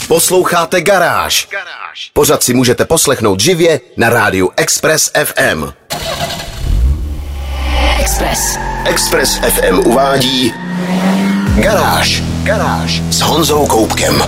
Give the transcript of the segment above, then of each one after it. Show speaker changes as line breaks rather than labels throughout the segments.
Posloucháte Garáž. Pořad si můžete poslechnout živě na rádiu Express FM. Express FM uvádí Garáž s Honzou Koubkem.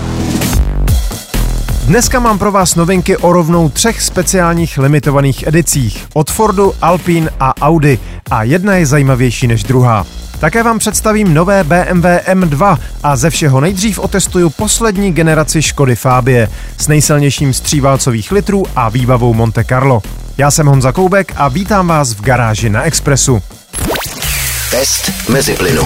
Dneska mám pro vás novinky o rovnou 3 speciálních limitovaných edicích od Fordu, Alpine a Audi a jedna je zajímavější než druhá. Také vám představím nové BMW M2 a ze všeho nejdřív otestuju poslední generaci Škody Fabie s nejsilnějším z 3 válcových litrů a výbavou Monte Carlo. Já jsem Honza Koubek a vítám vás v Garáži na Expressu.
Test meziplynu.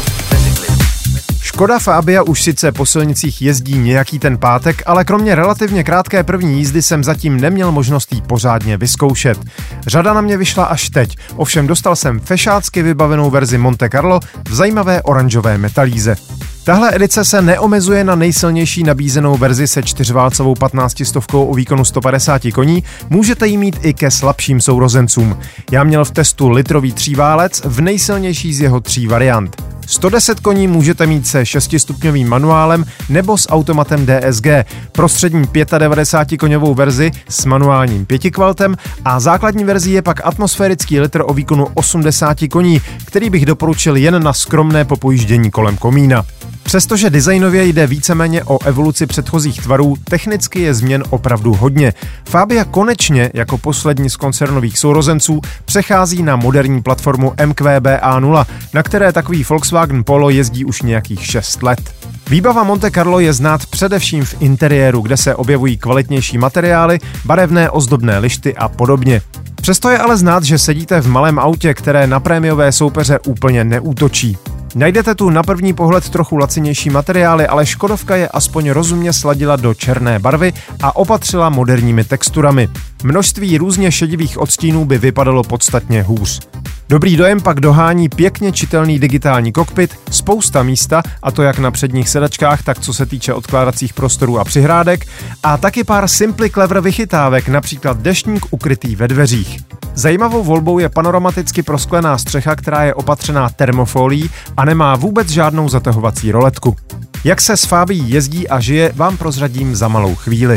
Škoda Fabia už sice po silnicích jezdí nějaký ten pátek, ale kromě relativně krátké první jízdy jsem zatím neměl možnost jí pořádně vyzkoušet. Řada na mě vyšla až teď, ovšem dostal jsem fešácky vybavenou verzi Monte Carlo v zajímavé oranžové metalíze. Tahle edice se neomezuje na nejsilnější nabízenou verzi se 4válcovou 1500 o výkonu 150 koní, můžete ji mít i ke slabším sourozencům. Já měl v testu litrový 3válec v nejsilnější z jeho 3 variant. 110 koní můžete mít se 6stupňovým manuálem nebo s automatem DSG, prostřední 95koňovou verzi s manuálním 5kvaltem a základní verzí je pak atmosférický litr o výkonu 80 koní, který bych doporučil jen na skromné popojíždění kolem komína. Přestože designově jde víceméně o evoluci předchozích tvarů, technicky je změn opravdu hodně. Fabia konečně, jako poslední z koncernových sourozenců, přechází na moderní platformu MQB A0, na které takový Volkswagen Polo jezdí už nějakých 6 let. Výbava Monte Carlo je znát především v interiéru, kde se objevují kvalitnější materiály, barevné ozdobné lišty a podobně. Přesto je ale znát, že sedíte v malém autě, které na prémiové soupeře úplně neútočí. Najdete tu na první pohled trochu lacinější materiály, ale Škodovka je aspoň rozumně sladila do černé barvy a opatřila moderními texturami. Množství různě šedivých odstínů by vypadalo podstatně hůř. Dobrý dojem pak dohání pěkně čitelný digitální kokpit, spousta místa, a to jak na předních sedačkách, tak co se týče odkládacích prostorů a přihrádek, a taky pár simply clever vychytávek, například deštník ukrytý ve dveřích. Zajímavou volbou je panoramaticky prosklená střecha, která je opatřená termofolií a nemá vůbec žádnou zatahovací roletku. Jak se s Fabií jezdí a žije, vám prozradím za malou chvíli.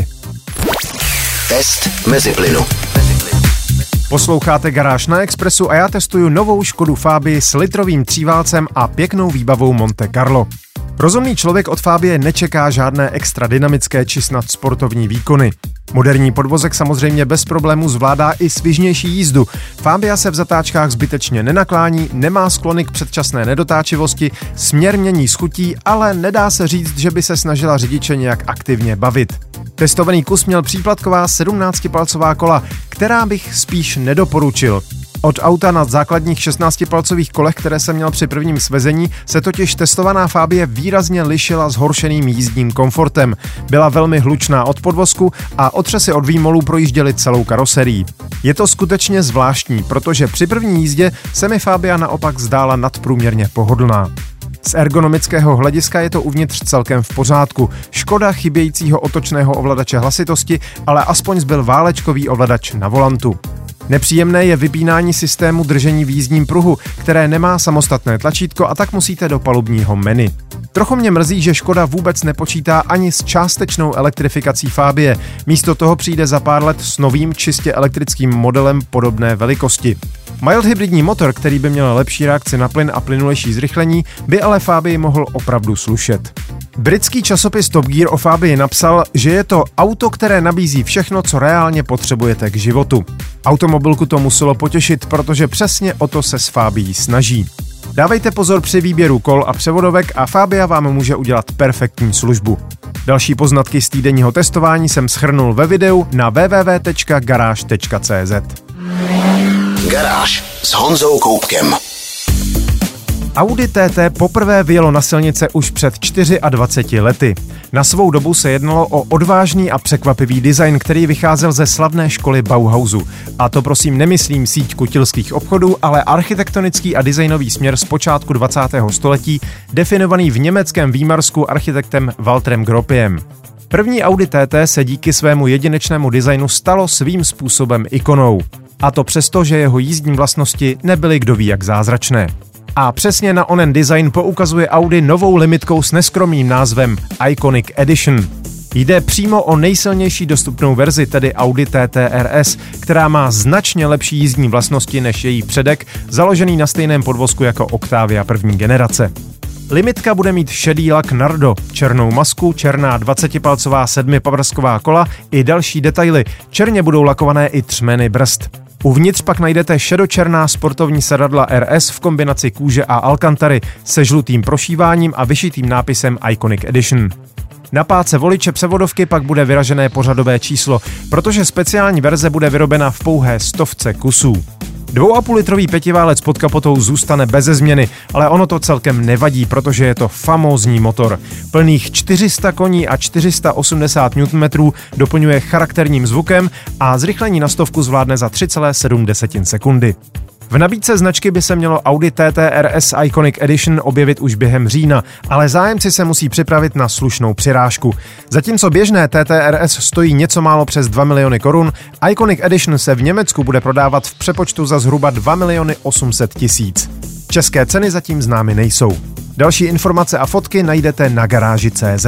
Test meziplynu.
Posloucháte Garáž na Expressu a já testuju novou Škodu Fabii s litrovým 3válcem a pěknou výbavou Monte Carlo. Rozumný člověk od Fabie nečeká žádné extra dynamické či snad sportovní výkony. Moderní podvozek samozřejmě bez problémů zvládá i svižnější jízdu. Fabia se v zatáčkách zbytečně nenaklání, nemá sklony k předčasné nedotáčivosti, směr mění s chutí, ale nedá se říct, že by se snažila řidiče nějak aktivně bavit. Testovaný kus měl příplatková 17palcová kola, která bych spíš nedoporučil. Od auta na základních 16palcových kolech, které jsem měl při prvním svezení, se totiž testovaná Fabie výrazně lišila zhoršeným jízdním komfortem. Byla velmi hlučná od podvozku a otřesy od výmolů projížděly celou karoserií. Je to skutečně zvláštní, protože při první jízdě se mi Fabia naopak zdála nadprůměrně pohodlná. Z ergonomického hlediska je to uvnitř celkem v pořádku. Škoda chybějícího otočného ovladače hlasitosti, ale aspoň zbyl válečkový ovladač na volantu. Nepříjemné je vypínání systému držení v jízdním pruhu, které nemá samostatné tlačítko a tak musíte do palubního menu. Trochu mě mrzí, že Škoda vůbec nepočítá ani s částečnou elektrifikací Fabie. Místo toho přijde za pár let s novým čistě elektrickým modelem podobné velikosti. Mild hybridní motor, který by měl lepší reakci na plyn a plynulejší zrychlení, by ale Fabii mohl opravdu slušet. Britský časopis Top Gear o Fabii napsal, že je to auto, které nabízí všechno, co reálně potřebujete k životu. Automobilku to muselo potěšit, protože přesně o to se s Fabií snaží. Dávejte pozor při výběru kol a převodovek a Fabia vám může udělat perfektní službu. Další poznatky z týdenního testování jsem shrnul ve videu na www.garage.cz.
Garáž s Honzou Koubkem.
Audi TT poprvé vyjelo na silnice už před 24 lety. Na svou dobu se jednalo o odvážný a překvapivý design, který vycházel ze slavné školy Bauhausu. A to prosím nemyslím síť kutilských obchodů, ale architektonický a designový směr z počátku 20. století, definovaný v německém Výmarsku architektem Walterem Gropiusem. První Audi TT se díky svému jedinečnému designu stalo svým způsobem ikonou. A to přesto, že jeho jízdní vlastnosti nebyly kdo ví jak zázračné. A přesně na onen design poukazuje Audi novou limitkou s neskromným názvem Iconic Edition. Jde přímo o nejsilnější dostupnou verzi, tedy Audi TT RS, která má značně lepší jízdní vlastnosti než její předek, založený na stejném podvozku jako Octavia první generace. Limitka bude mít šedý lak Nardo, černou masku, černá 20-palcová 7pavrsková kola i další detaily. Černě budou lakované i třmeny brzd. Uvnitř pak najdete šedočerná sportovní sedadla RS v kombinaci kůže a alcantary se žlutým prošíváním a vyšitým nápisem Iconic Edition. Na páce voliče převodovky pak bude vyražené pořadové číslo, protože speciální verze bude vyrobena v pouhé 100 kusů. 2,5-litrový pětiválec pod kapotou zůstane beze změny, ale ono to celkem nevadí, protože je to famózní motor. Plných 400 koní a 480 Nm doplňuje charakterním zvukem a zrychlení na 100 zvládne za 3,7 sekundy. V nabídce značky by se mělo Audi TT RS Iconic Edition objevit už během října, ale zájemci se musí připravit na slušnou přirážku. Zatímco běžné TT RS stojí něco málo přes 2 miliony korun, Iconic Edition se v Německu bude prodávat v přepočtu za zhruba 2 800 000. České ceny zatím známy nejsou. Další informace a fotky najdete na garáži.cz.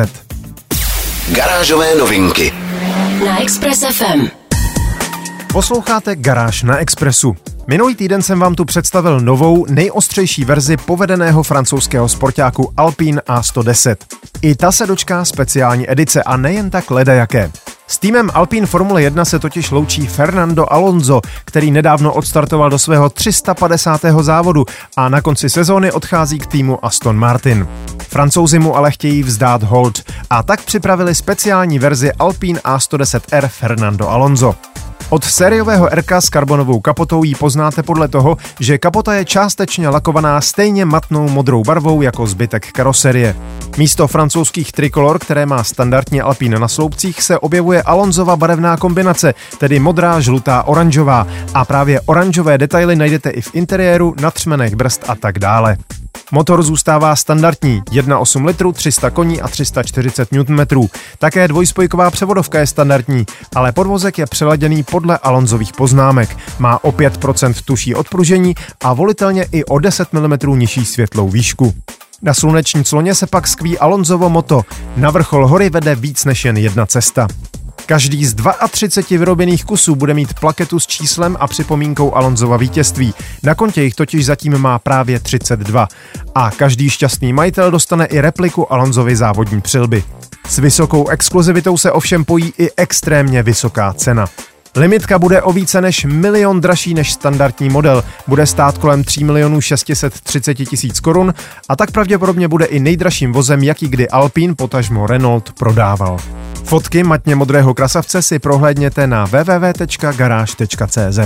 Garážové novinky
na Express FM.
Posloucháte Garáž na Expressu. Minulý týden jsem vám tu představil novou, nejostřejší verzi povedeného francouzského sportáku Alpine A110. I ta se dočká speciální edice a nejen tak ledajaké. S týmem Alpine Formule 1 se totiž loučí Fernando Alonso, který nedávno odstartoval do svého 350. závodu a na konci sezóny odchází k týmu Aston Martin. Francouzi mu ale chtějí vzdát hold a tak připravili speciální verzi Alpine A110R Fernando Alonso. Od sériového R-ka s karbonovou kapotou ji poznáte podle toho, že kapota je částečně lakovaná stejně matnou modrou barvou jako zbytek karoserie. Místo francouzských trikolor, které má standardně Alpine na sloupcích, se objevuje Alonsova barevná kombinace, tedy modrá, žlutá, oranžová a právě oranžové detaily najdete i v interiéru, na třmenech brzd a tak dále. Motor zůstává standardní, 1,8 litru, 300 koní a 340 Nm. Také dvojspojková převodovka je standardní, ale podvozek je přeladěný podle Alonsových poznámek. Má o 5% tužší odpružení a volitelně i o 10 mm nižší světlou výšku. Na sluneční cloně se pak skví Alonsovo moto. Na vrchol hory vede víc než jen jedna cesta. Každý z 32 vyrobených kusů bude mít plaketu s číslem a připomínkou Alonsova vítězství. Na kontě jich totiž zatím má právě 32. A každý šťastný majitel dostane i repliku Alonsovy závodní přilby. S vysokou exkluzivitou se ovšem pojí i extrémně vysoká cena. Limitka bude o více než 1 milion dražší než standardní model. Bude stát kolem 3 630 000 korun a tak pravděpodobně bude i nejdražším vozem, jaký kdy Alpine, potažmo Renault, prodával. Fotky matně modrého krasavce si prohlédněte na www.garage.cz.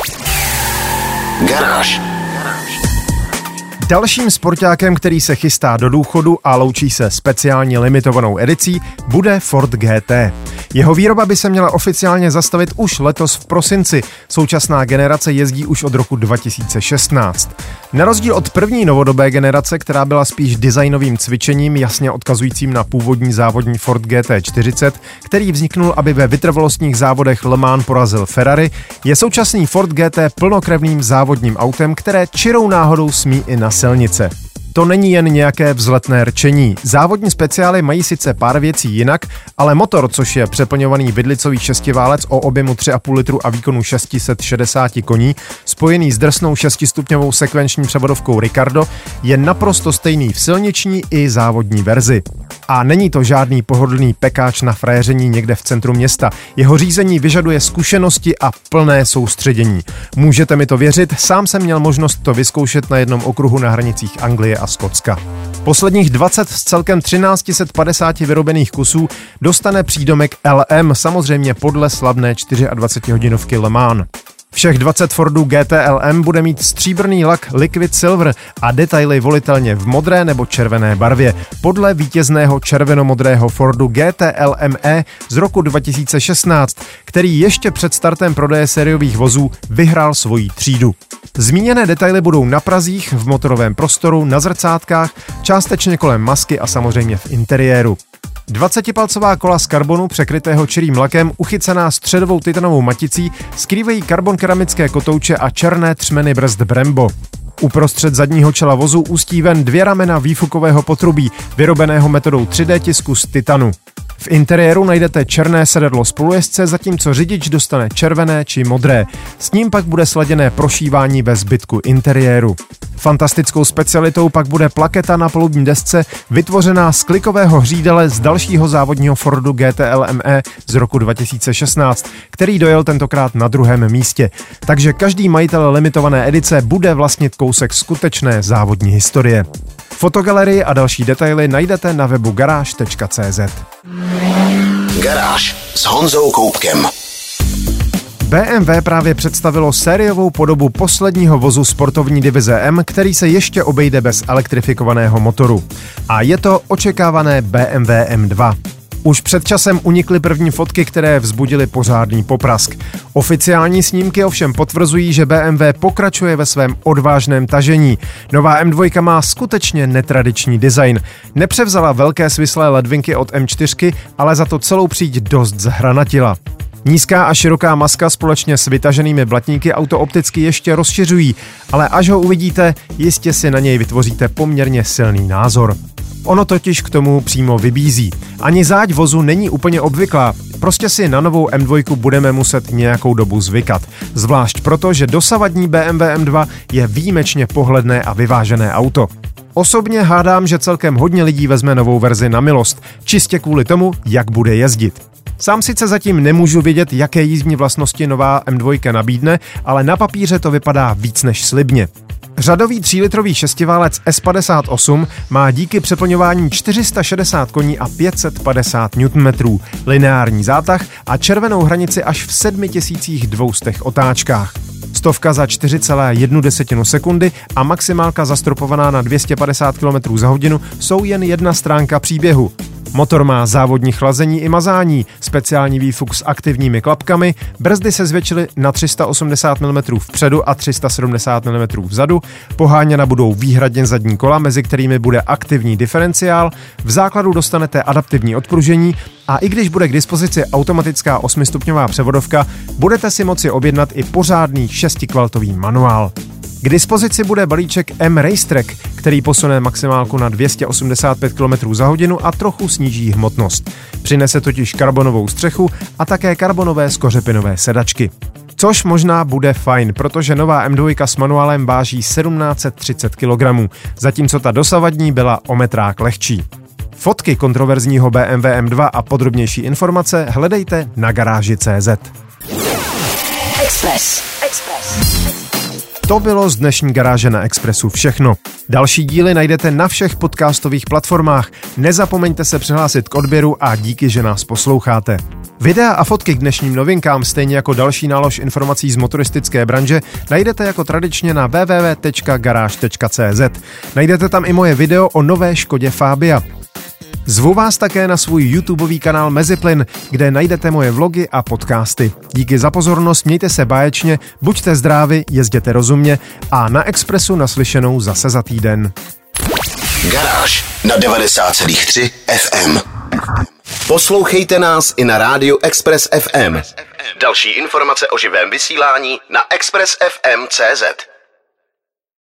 Garáž.
Dalším sportákem, který se chystá do důchodu a loučí se speciálně limitovanou edicí, bude Ford GT. Jeho výroba by se měla oficiálně zastavit už letos v prosinci. Současná generace jezdí už od roku 2016. Na rozdíl od první novodobé generace, která byla spíš designovým cvičením, jasně odkazujícím na původní závodní Ford GT40, který vzniknul, aby ve vytrvalostních závodech Le Mans porazil Ferrari, je současný Ford GT plnokrevným závodním autem, které čirou náhodou smí i na silnice. To není jen nějaké vzletné rčení. Závodní speciály mají sice pár věcí jinak, ale motor, což je přeplňovaný vidlicový šestiválec o objemu 3,5 litru a výkonu 660 koní, spojený s drsnou 6stupňovou sekvenční převodovkou Ricardo, je naprosto stejný v silniční i závodní verzi. A není to žádný pohodlný pekáč na frajeření někde v centru města. Jeho řízení vyžaduje zkušenosti a plné soustředění. Můžete mi to věřit, sám jsem měl možnost to vyzkoušet na jednom okruhu na hranicích Anglie a Skotska. Posledních 20 z celkem 1350 vyrobených kusů dostane přídomek LM, samozřejmě podle slavné 24hodinovky Le Mans. Všech 20 Fordů GT-LM bude mít stříbrný lak Liquid Silver a detaily volitelně v modré nebo červené barvě, podle vítězného červenomodrého Fordu GT-LME z roku 2016, který ještě před startem prodeje sériových vozů vyhrál svoji třídu. Zmíněné detaily budou na prazích, v motorovém prostoru, na zrcátkách, částečně kolem masky a samozřejmě v interiéru. 20palcová kola z karbonu překrytého čirým lakem, uchycená středovou titanovou maticí, skrývají karbon keramické kotouče a černé třmeny brzd Brembo. Uprostřed zadního čela vozu ústí ven 2 ramena výfukového potrubí, vyrobeného metodou 3D tisku z titanu. V interiéru najdete černé sedadlo spolujezdce, zatímco řidič dostane červené či modré. S ním pak bude sladěné prošívání ve zbytku interiéru. Fantastickou specialitou pak bude plaketa na palubní desce, vytvořená z klikového hřídele z dalšího závodního Fordu GTL ME z roku 2016, který dojel tentokrát na 2. místě. Takže každý majitel limitované edice bude vlastnit kousek skutečné závodní historie. Fotogalerii a další detaily najdete na webu garáž.cz.
Garáž s Honzou Koubkem.
BMW právě představilo sériovou podobu posledního vozu sportovní divize M, který se ještě obejde bez elektrifikovaného motoru. A je to očekávané BMW M2. Už před časem unikly první fotky, které vzbudily pořádný poprask. Oficiální snímky ovšem potvrzují, že BMW pokračuje ve svém odvážném tažení. Nová M2 má skutečně netradiční design. Nepřevzala velké svislé ledvinky od M4, ale za to celou příď dost zhranatila. Nízká a široká maska společně s vytaženými blatníky auto opticky ještě rozšiřují, ale až ho uvidíte, jistě si na něj vytvoříte poměrně silný názor. Ono totiž k tomu přímo vybízí. Ani záď vozu není úplně obvyklá, prostě si na novou M2 budeme muset nějakou dobu zvykat. Zvlášť proto, že dosavadní BMW M2 je výjimečně pohledné a vyvážené auto. Osobně hádám, že celkem hodně lidí vezme novou verzi na milost, čistě kvůli tomu, jak bude jezdit. Sám sice zatím nemůžu vědět, jaké jízdní vlastnosti nová M2 nabídne, ale na papíře to vypadá víc než slibně. Řadový 3-litrový šestiválec S58 má díky přeplňování 460 koní a 550 Nm, lineární zátah a červenou hranici až v 7200 otáčkách. Stovka za 4,1 sekundy a maximálka zastropovaná na 250 km za hodinu jsou jen jedna stránka příběhu. Motor má závodní chlazení i mazání, speciální výfuk s aktivními klapkami, brzdy se zvětšily na 380 mm vpředu a 370 mm vzadu, poháněna budou výhradně zadní kola, mezi kterými bude aktivní diferenciál, v základu dostanete adaptivní odpružení a i když bude k dispozici automatická 8stupňová převodovka, budete si moci objednat i pořádný 6kvaltový manuál. K dispozici bude balíček M-Racetrack, který posune maximálku na 285 km za hodinu a trochu sníží hmotnost. Přinese totiž karbonovou střechu a také karbonové skořepinové sedačky. Což možná bude fajn, protože nová M2 s manuálem váží 1730 kg, zatímco ta dosavadní byla o metrák lehčí. Fotky kontroverzního BMW M2 a podrobnější informace hledejte na garáži.cz.
Express.
To bylo z dnešní garáže na Expressu všechno. Další díly najdete na všech podcastových platformách. Nezapomeňte se přihlásit k odběru a díky, že nás posloucháte. Videa a fotky k dnešním novinkám, stejně jako další nálož informací z motoristické branže, najdete jako tradičně na www.garage.cz. Najdete tam i moje video o nové Škodě Fabia. Zvu vás také na svůj YouTubeový kanál Meziplyn, kde najdete moje vlogy a podcasty. Díky za pozornost, mějte se báječně, buďte zdraví, jezděte rozumně a na Expressu naslyšenou zase za týden.
Garáž na 90,3 FM. Poslouchejte nás i na rádiu Express FM. Další informace o živém vysílání na expressfm.cz.